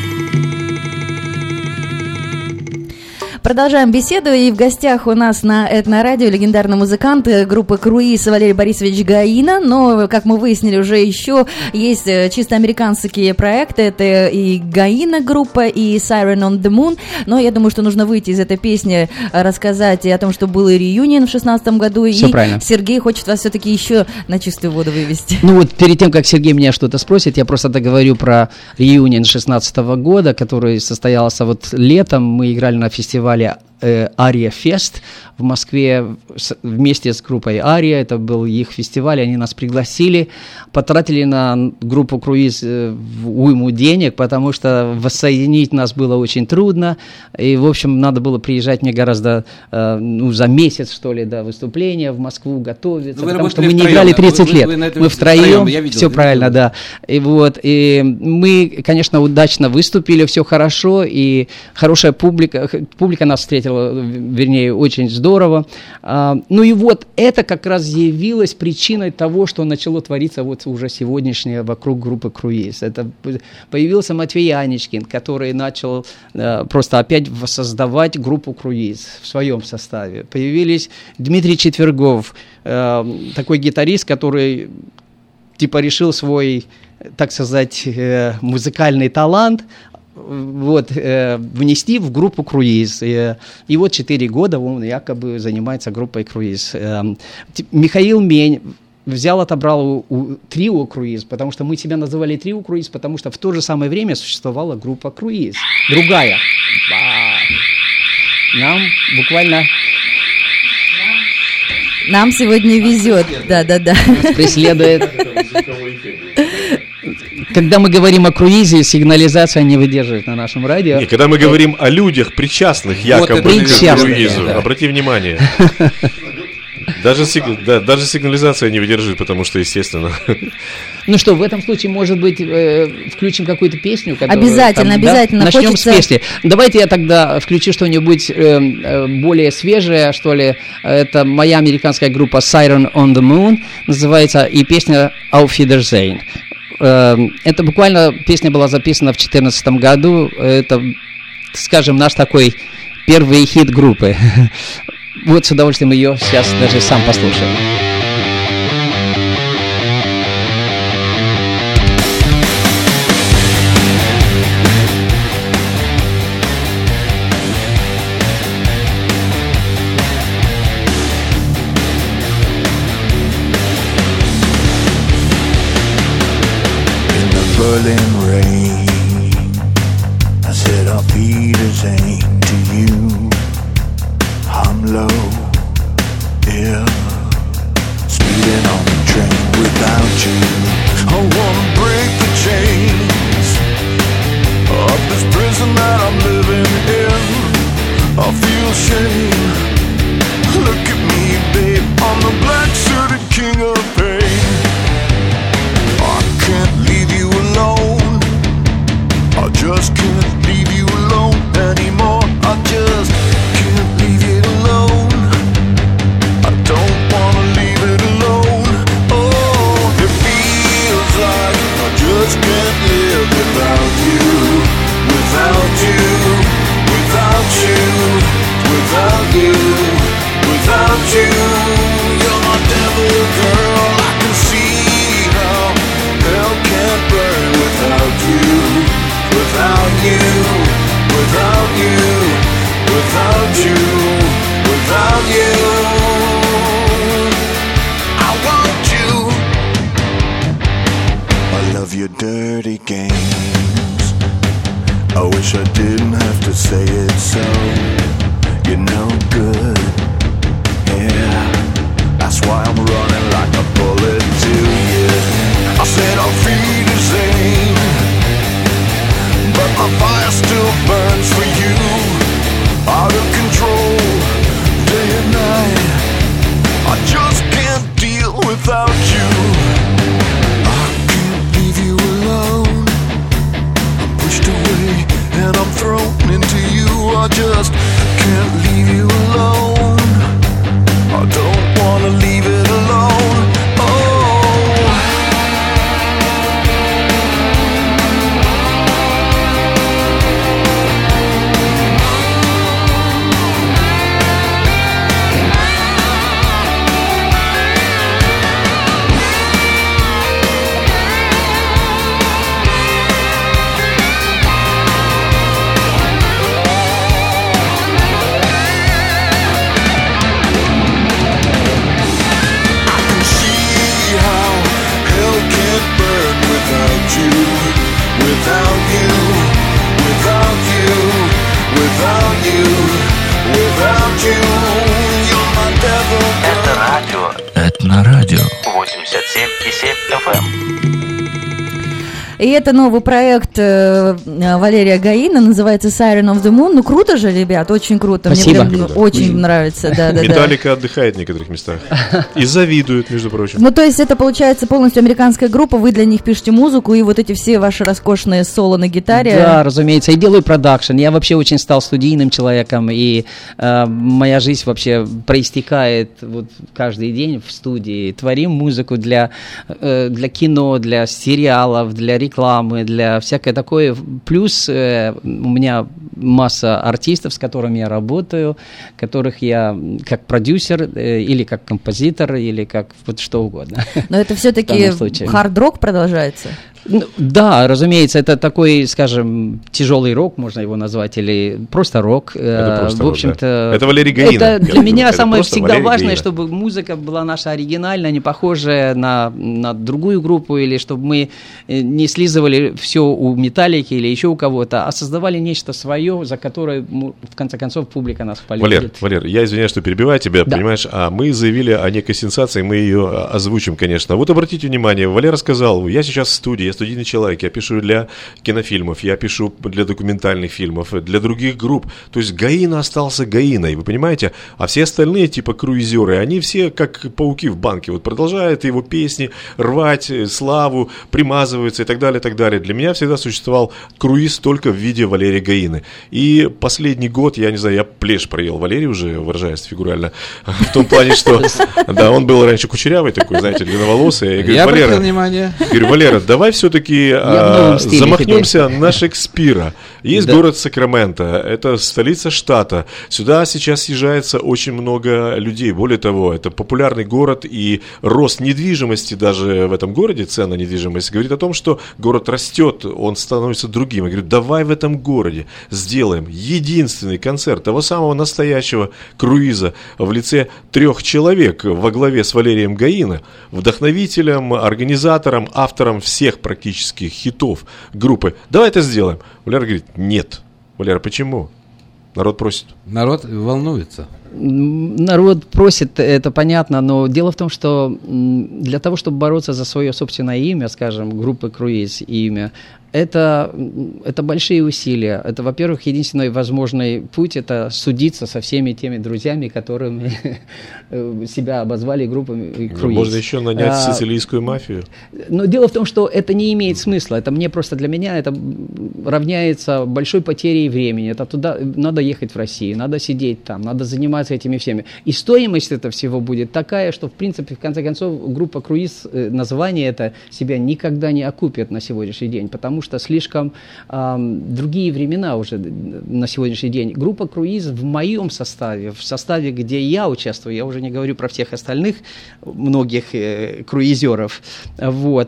Продолжаем беседу, и в гостях у нас на Этнорадио легендарный музыкант группы «Круиз» Валерий Борисович Гаина, но, как мы выяснили, уже еще есть чисто американские проекты, это и Гаина группа, и Siren on the Moon, но я думаю, что нужно выйти из этой песни, рассказать и о том, что был и реюнион в 2016 году, все и правильно. Сергей хочет вас все-таки еще на чистую воду вывести. Ну вот перед тем, как Сергей меня что-то спросит, я просто договорю про реюнион 2016 года, который состоялся вот летом, мы играли на фестивале Ария Фест в Москве вместе с группой Ария. Это был их фестиваль, они нас пригласили, потратили на группу «Круиз» уйму денег, потому что воссоединить нас было очень трудно, и, в общем, надо было приезжать мне гораздо, за месяц, что ли, до выступления в Москву, готовиться, потому что мы не играли 30 лет, мы втроем, все правильно, да, и вот, и мы, конечно, удачно выступили, все хорошо, и хорошая публика нас встретила, вернее, очень здорово. Ну и вот это как раз явилось причиной того, что начало твориться вот уже сегодняшнее вокруг группы «Круиз». Это появился Матвей Аничкин, который начал просто опять воссоздавать группу «Круиз» в своем составе. Появились Дмитрий Четвергов, такой гитарист, который типа решил свой, так сказать, музыкальный талант внести в группу «Круиз». И вот 4 года он якобы занимается группой «Круиз». Михаил Мень отобрал у трио «Круиз», потому что мы себя называли трио «Круиз», потому что в то же самое время существовала группа «Круиз». Другая. Нам буквально... Нам сегодня везет, да. Преследует... Когда мы говорим о круизе, сигнализация не выдерживает на нашем радио. Не, когда мы говорим о людях, причастных якобы к круизу, да. Обрати внимание. Даже сигнализация не выдержит, потому что, естественно. Ну что, в этом случае, может быть, включим какую-то песню? Обязательно. Начнем с песни. Давайте я тогда включу что-нибудь более свежее, что ли. Это моя американская группа Siren on the Moon, называется, и песня Auf Wiedersehen. Это буквально, песня была записана в 2014 году. Это, скажем, наш такой первый хит группы. Вот с удовольствием ее сейчас даже сам послушаем. Berlin rain, I said Auf Wiedersehen to you. I'm low, yeah, speeding on the train without you. I wanna break the chains of this prison that I'm living in. I feel shame. Look at me, babe, I'm the black-suited king of pain. I can't leave you alone. I just can't leave you alone anymore. I just can't leave it alone. I don't wanna leave it alone. Oh, it feels like I just can't live without you. Without you, without you, without you. 87,7 FM. И это новый проект Валерия Гаина, называется Siren of the Moon. Ну, круто же, ребят, очень круто. Спасибо. Мне прям очень нравится, да. Металлика отдыхает в некоторых местах. И завидует, между прочим. Ну, то есть это, получается, полностью американская группа, вы для них пишете музыку, и вот эти все ваши роскошные соло на гитаре. Да, разумеется, и делаю продакшн. Я вообще очень стал студийным человеком, и моя жизнь вообще проистекает вот каждый день в студии. Творим музыку для кино, для сериалов, для рекламы, для всякое такое. Плюс у меня масса артистов, с которыми я работаю, которых я как продюсер или как композитор, или как вот что угодно. Но это все-таки хард-рок продолжается? Да, разумеется, это такой, скажем, тяжелый рок, можно его назвать, или просто рок. Это просто в общем-то, рок, да. Это Валерий Гаина. Это для меня это самое всегда Валерий важное, Гаина. чтобы музыка была наша оригинальная, не похожая на другую группу, или чтобы мы не слизывали все у Металлики или еще у кого-то, а создавали нечто свое, за которое, в конце концов, публика нас полюбит. Валер, я извиняюсь, что перебиваю тебя, Да. понимаешь, а мы заявили о некой сенсации, мы ее озвучим, конечно. Вот обратите внимание, Валера сказал, я сейчас в студии, я студийный человек, я пишу для кинофильмов, я пишу для документальных фильмов, для других групп. То есть Гаина остался Гаиной, вы понимаете? А все остальные, типа круизеры, они все как пауки в банке, вот продолжают его песни рвать, славу, примазываются и так далее, и так далее. Для меня всегда существовал круиз только в виде Валерия Гаины. И последний год, я не знаю, я плешь проел Валерий уже, выражаясь фигурально, в том плане, что, да, он был раньше кучерявый такой, знаете, длинноволосый. Я обратил внимание. Говорю, Валера, давай все-таки замахнемся на Шекспира. Есть город Сакраменто, это столица штата. Сюда сейчас съезжается очень много людей. Более того, это популярный город, и рост недвижимости даже в этом городе, цена на недвижимость, говорит о том, что город растет, он становится другим. Я говорю, давай в этом городе сделаем единственный концерт того самого настоящего круиза в лице 3 человек во главе с Валерием Гаино, вдохновителем, организатором, автором всех практически хитов группы. Давай это сделаем. Валера говорит, нет. Валера, почему? Народ просит. Народ волнуется. Народ просит, это понятно, но дело в том, что для того, чтобы бороться за свое собственное имя, скажем, группы «Круиз» имя, это большие усилия. Это, во-первых, единственный возможный путь – это судиться со всеми теми друзьями, которыми себя обозвали группами «Круиз». Можно еще нанять сицилийскую мафию. Но дело в том, что это не имеет смысла. Это для меня это равняется большой потерей времени. Это туда надо ехать в Россию, надо сидеть там, надо заниматься этими всеми. И стоимость этого всего будет такая, что, в принципе, в конце концов, группа «Круиз», название это себя никогда не окупит на сегодняшний день, потому что слишком другие времена уже на сегодняшний день. Группа «Круиз» в моем составе, в составе, где я участвую, я уже не говорю про всех остальных, многих круизеров, вот.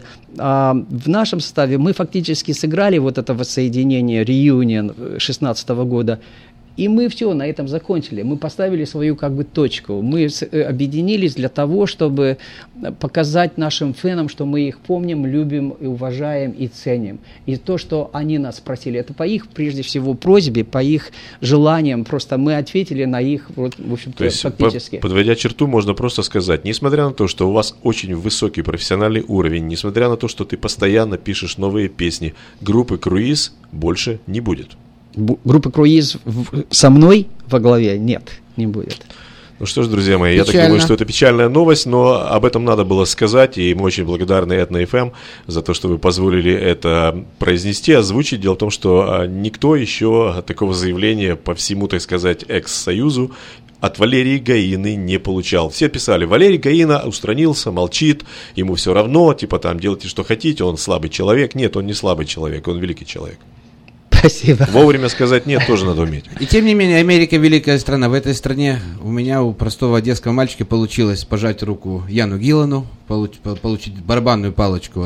В нашем составе мы фактически сыграли вот это воссоединение, реюнион 2016 года, и мы все на этом закончили. Мы поставили свою точку. Мы объединились для того, чтобы показать нашим фенам, что мы их помним, любим и уважаем и ценим. И то, что они нас спросили, это по их, прежде всего, просьбе, по их желаниям. Просто мы ответили на их, в общем-то, то есть, фактически. Подводя черту, можно просто сказать, несмотря на то, что у вас очень высокий профессиональный уровень, несмотря на то, что ты постоянно пишешь новые песни, группы «Круиз» больше не будет. Группы «Круиз» со мной во главе нет, не будет. Ну что ж, друзья мои, я так думаю, что это печальная новость, но об этом надо было сказать, и мы очень благодарны Этно-ФМ за то, что вы позволили это произнести, озвучить. Дело в том, что никто еще такого заявления по всему, так сказать, экс-союзу от Валерии Гаины не получал. Все писали, Валерий Гаина устранился, молчит, ему все равно, типа там делайте, что хотите, он слабый человек. Нет, он не слабый человек, он великий человек. Спасибо. Вовремя сказать «нет» тоже надо уметь. И тем не менее, Америка великая страна. В этой стране у меня, у простого одесского мальчика, получилось пожать руку Яну Гиллану, получить барабанную палочку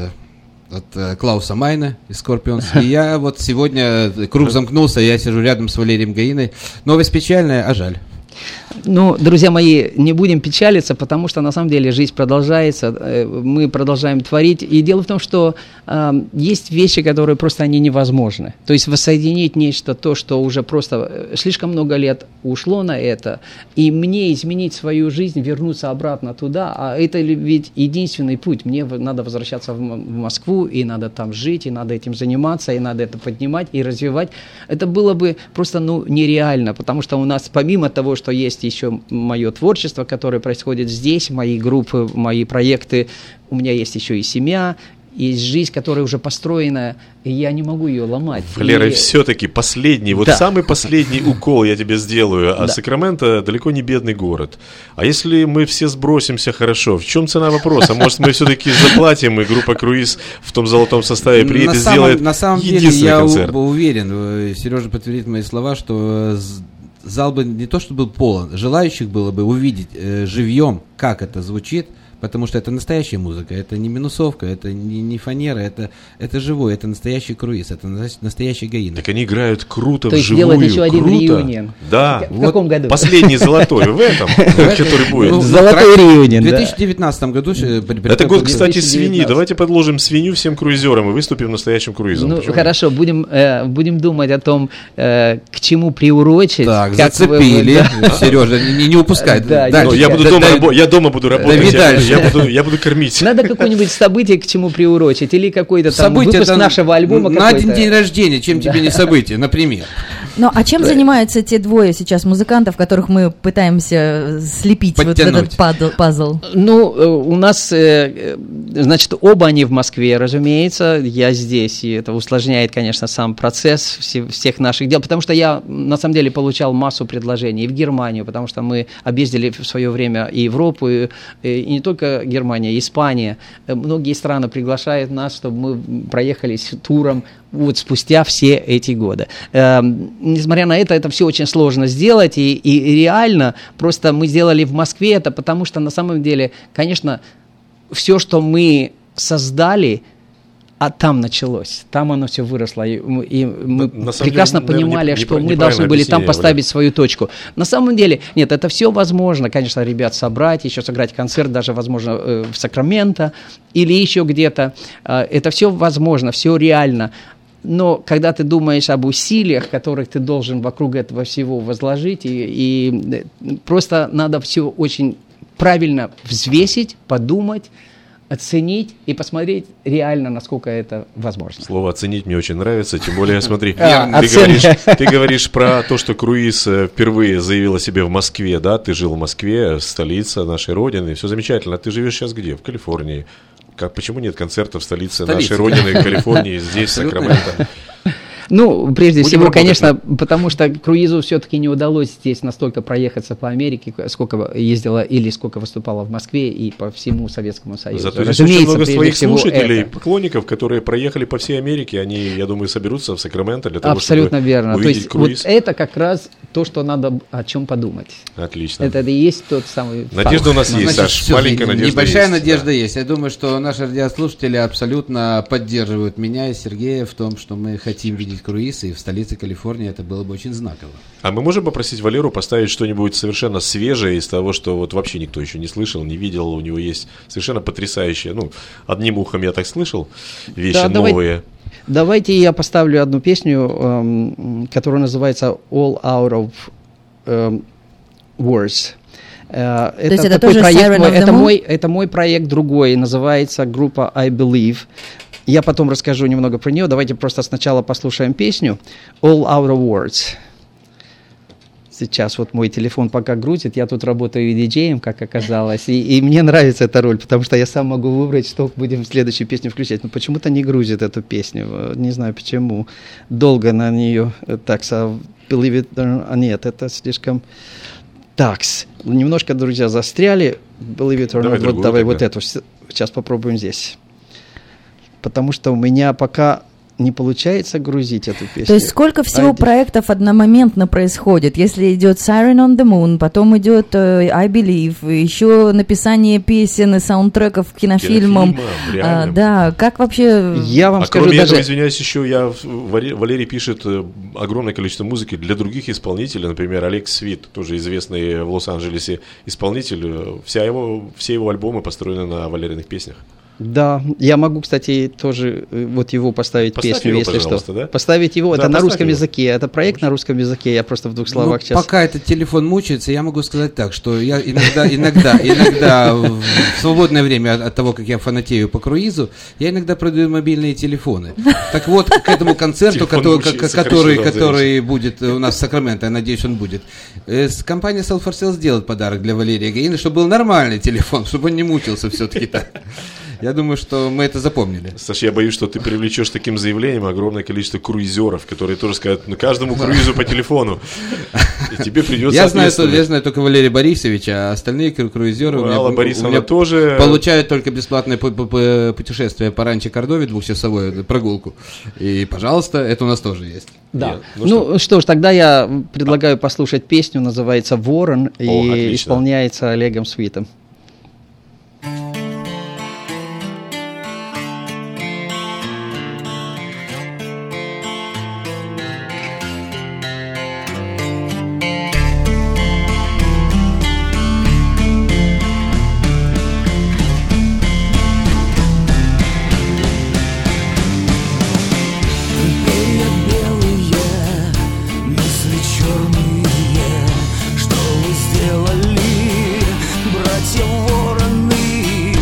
от Клауса Майна из Scorpions. И я вот сегодня, круг замкнулся, я сижу рядом с Валерием Гаиной. Новость печальная, а жаль. Ну, друзья мои, не будем печалиться, потому что на самом деле жизнь продолжается, мы продолжаем творить. И дело в том, что есть вещи, которые просто они невозможны. То есть воссоединить нечто, то, что уже просто слишком много лет ушло на это, и мне изменить свою жизнь, вернуться обратно туда, а это ведь единственный путь. Мне надо возвращаться в Москву, и надо там жить, и надо этим заниматься, и надо это поднимать и развивать. Это было бы просто нереально, потому что у нас помимо того, что есть еще мое творчество, которое происходит здесь, мои группы, мои проекты, у меня есть еще и семья, есть жизнь, которая уже построена, и я не могу ее ломать. Валера, и все-таки последний, вот самый последний укол я тебе сделаю. А Сакраменто далеко не бедный город. А если мы все сбросимся хорошо, в чем цена вопроса? Может, мы все-таки заплатим, и группа «Круиз» в том золотом составе приедет и сделает на самом деле, я уверен, Сережа подтвердит мои слова, что зал бы не то что был полон, желающих было бы увидеть живьем, как это звучит, потому что это настоящая музыка, это не минусовка, это не фанера, это живой, это настоящий круиз, это настоящий Гаина. Так они играют круто, то есть вживую, делают еще один круто. реюнион. Да. В каком году? Последний золотой в этом, который будет. Золотой реюнион, в 2019 году. Это год, кстати, свиньи. Давайте подложим свинью всем круизерам и выступим настоящим круизом. Ну, хорошо, будем думать о том, к чему приурочить. Так, зацепили. Сережа, не упускай. Я дома буду работать. Я буду кормить. Надо какое-нибудь событие к чему приурочить. Или какой-то там выпуск нашего альбома. На один день рождения, чем тебе не событие, например. Ну, а чем занимаются те двое сейчас музыкантов, которых мы пытаемся слепить вот в этот пазл? Ну, у нас, значит, оба они в Москве, разумеется. Я здесь, и это усложняет, конечно, сам процесс всех наших дел. Потому что я, на самом деле, получал массу предложений и в Германию, потому что мы объездили в свое время и Европу, и не только Германия, Испания, многие страны приглашают нас, чтобы мы проехались туром вот спустя все эти годы. Несмотря на это все очень сложно сделать, и реально просто мы сделали в Москве это, потому что на самом деле, конечно, все, что мы создали, а там началось, там оно все выросло, и мы прекрасно понимали, что мы должны были там поставить свою точку. На самом деле, нет, это все возможно, конечно, ребят собрать, еще сыграть концерт, даже, возможно, в Сакраменто или еще где-то. Это все возможно, все реально. Но когда ты думаешь об усилиях, которых ты должен вокруг этого всего возложить, и просто надо все очень правильно взвесить, подумать, оценить и посмотреть реально, насколько это возможно. Слово «оценить» мне очень нравится, тем более, смотри, ты говоришь про то, что круиз впервые заявил о себе в Москве, да, ты жил в Москве, столица нашей родины, все замечательно, а ты живешь сейчас где? В Калифорнии. Почему нет концерта в столице нашей родины, Калифорнии, здесь, Сакраменто? Ну, прежде всего, конечно, потому что круизу все-таки не удалось здесь настолько проехаться по Америке, сколько ездила или сколько выступала в Москве и по всему Советскому Союзу. Зато есть очень много своих слушателей, поклонников, которые проехали по всей Америке, они, я думаю, соберутся в Сакраменто для того, абсолютно чтобы верно. увидеть круиз. То есть вот это как раз то, что надо о чем подумать. Отлично. Это и есть тот самый... Надежда у нас есть, Саш, маленькая надежда есть. Небольшая надежда есть. Я думаю, что наши радиослушатели абсолютно поддерживают меня и Сергея в том, что мы хотим видеть круиз, и в столице Калифорнии это было бы очень знаково. А мы можем попросить Валеру поставить что-нибудь совершенно свежее из того, что вот вообще никто еще не слышал, не видел, у него есть совершенно потрясающие, ну, одним ухом я так слышал, вещи новые. Давайте я поставлю одну песню, которая называется «All Out of Words». Это такой проект, это мой проект другой, называется группа I Believe. Я потом расскажу немного про нее. Давайте просто сначала послушаем песню All Out of Words. Сейчас вот мой телефон пока грузит, я тут работаю диджеем, как оказалось, и мне нравится эта роль, потому что я сам могу выбрать, что будем в следующую песню включать. Но почему-то не грузит эту песню, не знаю почему. Долго на нее так, Believe it, нет, это слишком... Такс, немножко, друзья, застряли. Believe it or not, давай вот эту, сейчас попробуем здесь. Потому что у меня пока не получается грузить эту песню. То есть сколько всего проектов одномоментно происходит? Если идет Siren on the Moon, потом идет I Believe, еще написание песен и саундтреков к кинофильмам. Да, как вообще... Я вам скажу, кроме даже... этого, извиняюсь, еще Валерий пишет огромное количество музыки для других исполнителей, например, Алекс Свит, тоже известный в Лос-Анджелесе исполнитель, все его альбомы построены на Валериных песнях. Да, я могу, кстати, тоже вот его поставить песню, его, если что. Да? Поставить его, да, это на русском его. языке, это проект на русском языке, я просто в двух словах сейчас. Пока этот телефон мучается, я могу сказать так, что я иногда в свободное время от того, как я фанатею по круизу, я иногда продаю мобильные телефоны. Так вот, к этому концерту, который будет у нас в Сакраменто, я надеюсь, он будет, компания Sell for Sale сделает подарок для Валерия Гаина, чтобы был нормальный телефон, чтобы он не мучился все-таки так. Я думаю, что мы это запомнили. Саша, я боюсь, что ты привлечешь таким заявлением огромное количество круизеров, которые тоже скажут, каждому круизу по телефону. И тебе придется я знаю только Валерия Борисовича, а остальные круизеры у меня тоже получают только бесплатное путешествие по Ранчо-Кордове, 2-часовую прогулку. И, пожалуйста, это у нас тоже есть. Да. Ну что ж, тогда я предлагаю послушать песню, называется «Ворон», и исполняется Олегом Свитом. Что вы сделали, братья вороны?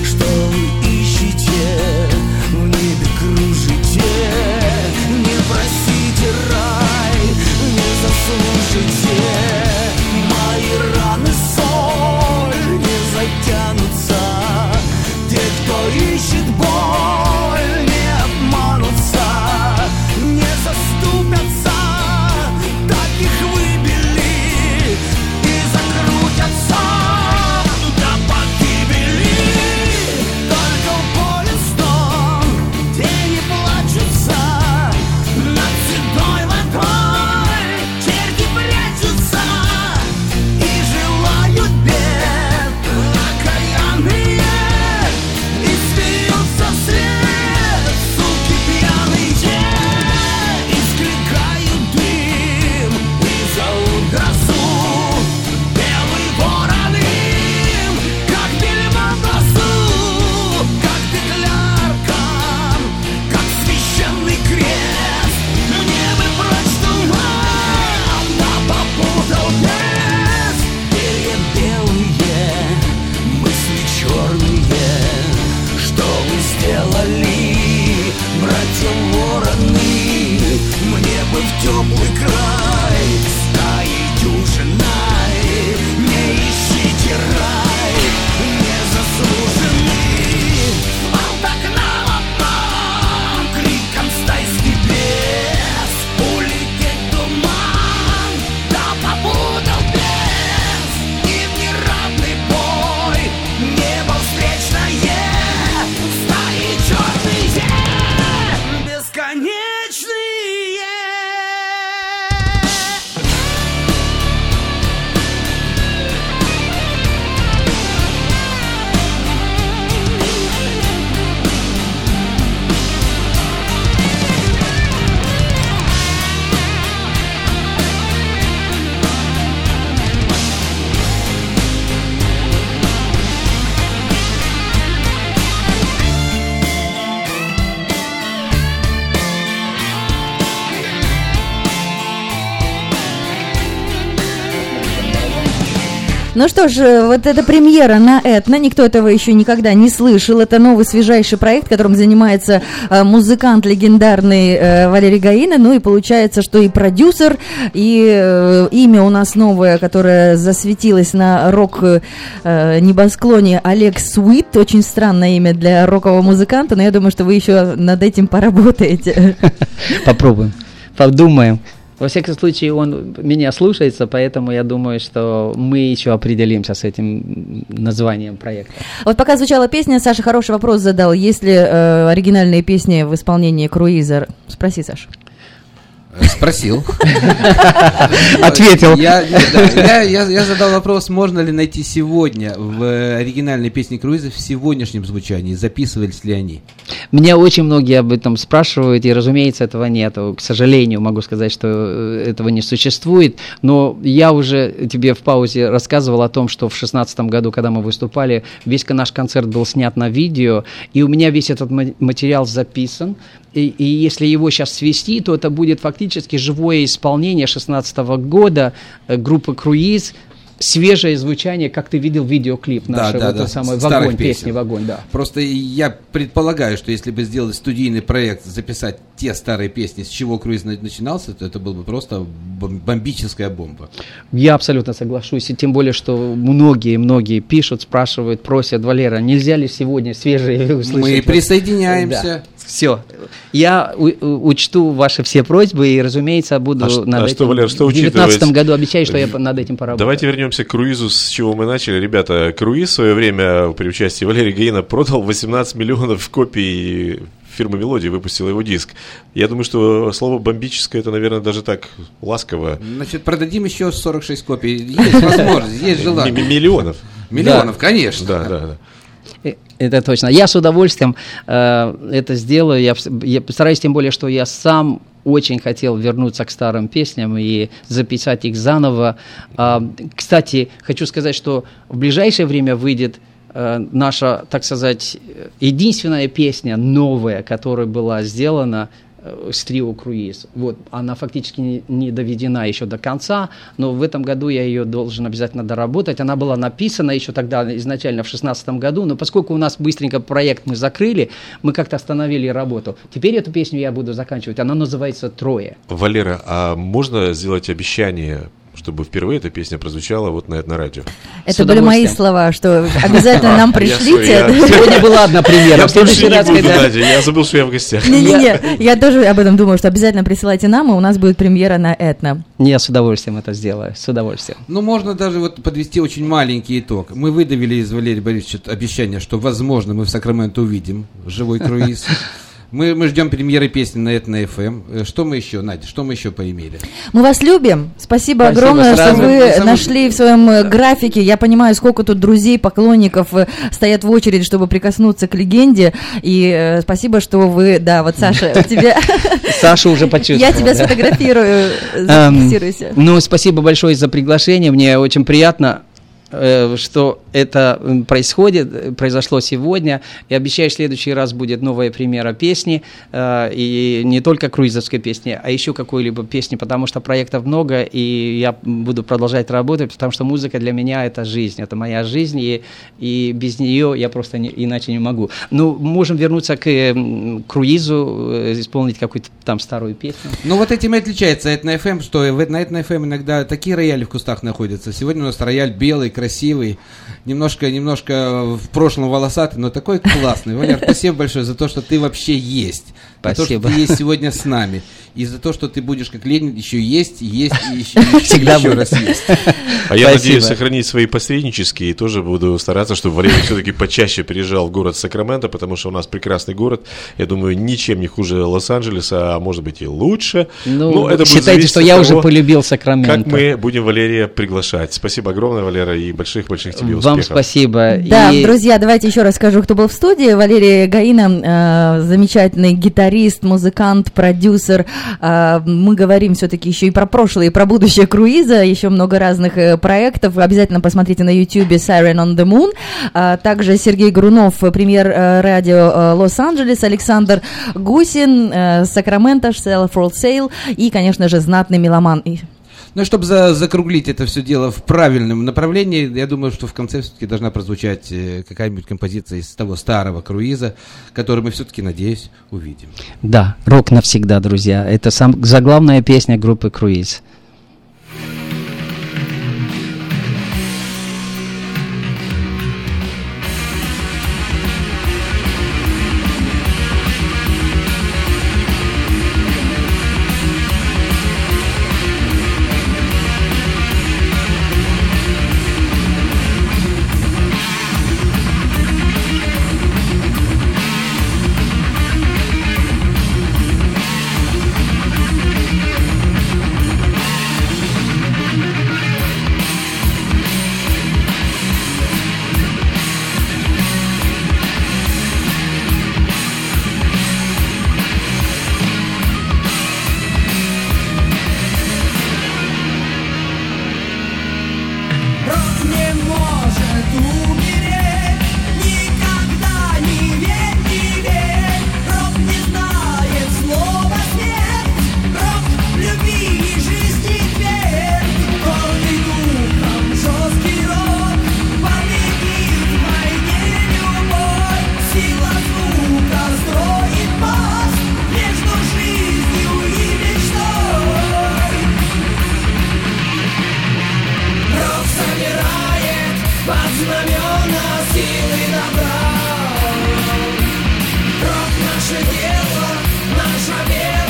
Ну что ж, вот эта премьера на Этно, никто этого еще никогда не слышал. Это новый свежайший проект, которым занимается музыкант легендарный Валерий Гаина. Ну и получается, что и продюсер, и имя у нас новое, которое засветилось на рок-небосклоне, Олег Свит. Очень странное имя для рокового музыканта, но я думаю, что вы еще над этим поработаете. Попробуем, подумаем. Во всяком случае, он меня слушается, поэтому я думаю, что мы еще определимся с этим названием проекта. Вот пока звучала песня, Саша хороший вопрос задал. Есть ли оригинальные песни в исполнении Круиза? Спроси, Саша. Спросил. Ответил. Я задал вопрос, можно ли найти сегодня в оригинальной песне Круиза в сегодняшнем звучании, записывались ли они? Меня очень многие об этом спрашивают, и, разумеется, этого нету. К сожалению, могу сказать, что этого не существует, но я уже тебе в паузе рассказывал о том, что в 2016 году, когда мы выступали, весь наш концерт был снят на видео, и у меня весь этот материал записан, и если его сейчас свести, то это будет фактически живое исполнение 2016 года группы «Круиз», свежее звучание, как ты видел видеоклип наш, самый «Вагон», песни «Вагон», да. Просто я предполагаю, что если бы сделать студийный проект, записать те старые песни, с чего Круиз начинался, то это был бы просто бомбическая бомба. Я абсолютно соглашусь, и тем более, что многие пишут, спрашивают, просят: Валера, нельзя ли сегодня свежие услышать? Мы присоединяемся. Да. Все. Я учту ваши все просьбы и, разумеется, буду над этим. Валер, что в 2019 году обещаю, что я над этим поработаю. Давайте вернемся к Круизу, с чего мы начали. Ребята, Круиз в свое время при участии Валерия Гаина продал 18 миллионов копий. Фирма «Мелодия» выпустила его диск. Я думаю, что слово «бомбическое» это, наверное, даже так ласково. Значит, продадим еще 46 копий. Есть возможность, есть желание. Миллионов. Миллионов, конечно. Да. Это точно. Я с удовольствием это сделаю. Я постараюсь, тем более, что я сам очень хотел вернуться к старым песням и записать их заново. Кстати, хочу сказать, что в ближайшее время выйдет наша, так сказать, единственная песня новая, которая была сделана с трио «Круиз». Вот, она фактически не доведена еще до конца, но в этом году я ее должен обязательно доработать. Она была написана еще тогда изначально в 2016 году, но поскольку у нас быстренько проект мы закрыли, мы как-то остановили работу. Теперь эту песню я буду заканчивать. Она называется «Трое». Валера, а можно сделать обещание, чтобы впервые эта песня прозвучала вот на радио? Это были мои слова, что обязательно нам пришлите. Сегодня была одна премьера. В следующий раз, я забыл, что я в гостях. Не-не-не, я тоже об этом думаю, что обязательно присылайте нам, и у нас будет премьера на Этно. Я с удовольствием это сделаю, с удовольствием. Ну, можно даже вот подвести очень маленький итог. Мы выдавили из Валерия Борисовича обещание, что, возможно, мы в Сакраменто увидим живой круиз. Мы ждем премьеры песни на Этно ФМ. Что мы еще, Надя, что мы еще поимели? Мы вас любим. Спасибо огромное, что вы нашли в своем графике. Я понимаю, сколько тут друзей, поклонников стоят в очередь, чтобы прикоснуться к легенде. И спасибо, что вы... Да, вот Саша, тебе... Саша уже почувствовал. Я тебя сфотографирую. Зафиксируйся. Ну, спасибо большое за приглашение. Мне очень приятно, что это произошло сегодня. И обещаю, в следующий раз будет новая премьера песни, и не только круизовской песни, а еще какой-либо песни, потому что проектов много, и я буду продолжать работать, потому что музыка для меня — это жизнь, это моя жизнь, и без нее я просто иначе не могу. Ну, можем вернуться к круизу, исполнить какую-то там старую песню. Ну, вот этим и отличается Этно ФМ, что на Этно ФМ иногда такие рояли в кустах находятся. Сегодня у нас рояль белый, красивый, немножко в прошлом волосатый, но такой классный. Валер, спасибо большое за то, что ты вообще есть. За то, что ты есть сегодня с нами. И за то, что ты будешь, как Ленин, еще есть и еще раз есть. А я надеюсь сохранить свои посреднические и тоже буду стараться, чтобы Валерий все-таки почаще приезжал в город Сакраменто, потому что у нас прекрасный город. Я думаю, ничем не хуже Лос-Анджелеса, а может быть и лучше. Ну, считайте, что я уже полюбил Сакраменто. Как мы будем Валерия приглашать. Спасибо огромное, Валера, и больших-больших тебе успехов. Вам спасибо. Да, друзья, давайте еще раз скажу, кто был в студии. Валерий Гаина, замечательный гитарист, музыкант, продюсер. Мы говорим все-таки еще и про прошлое, и про будущее круиза, еще много разных проектов. Обязательно посмотрите на YouTube Siren on the Moon. Также Сергей Горунов, премьер радио Лос-Анджелес, Александр Гусин, Сакраменто, Self for Sale и, конечно же, знатный меломан. Ну и чтобы закруглить это все дело в правильном направлении, я думаю, что в конце все-таки должна прозвучать какая-нибудь композиция из того старого круиза, который мы все-таки, надеюсь, увидим. Да, рок навсегда, друзья. Это заглавная песня группы «Круиз». знамена силы добра. Рок — наше дело, наша вера.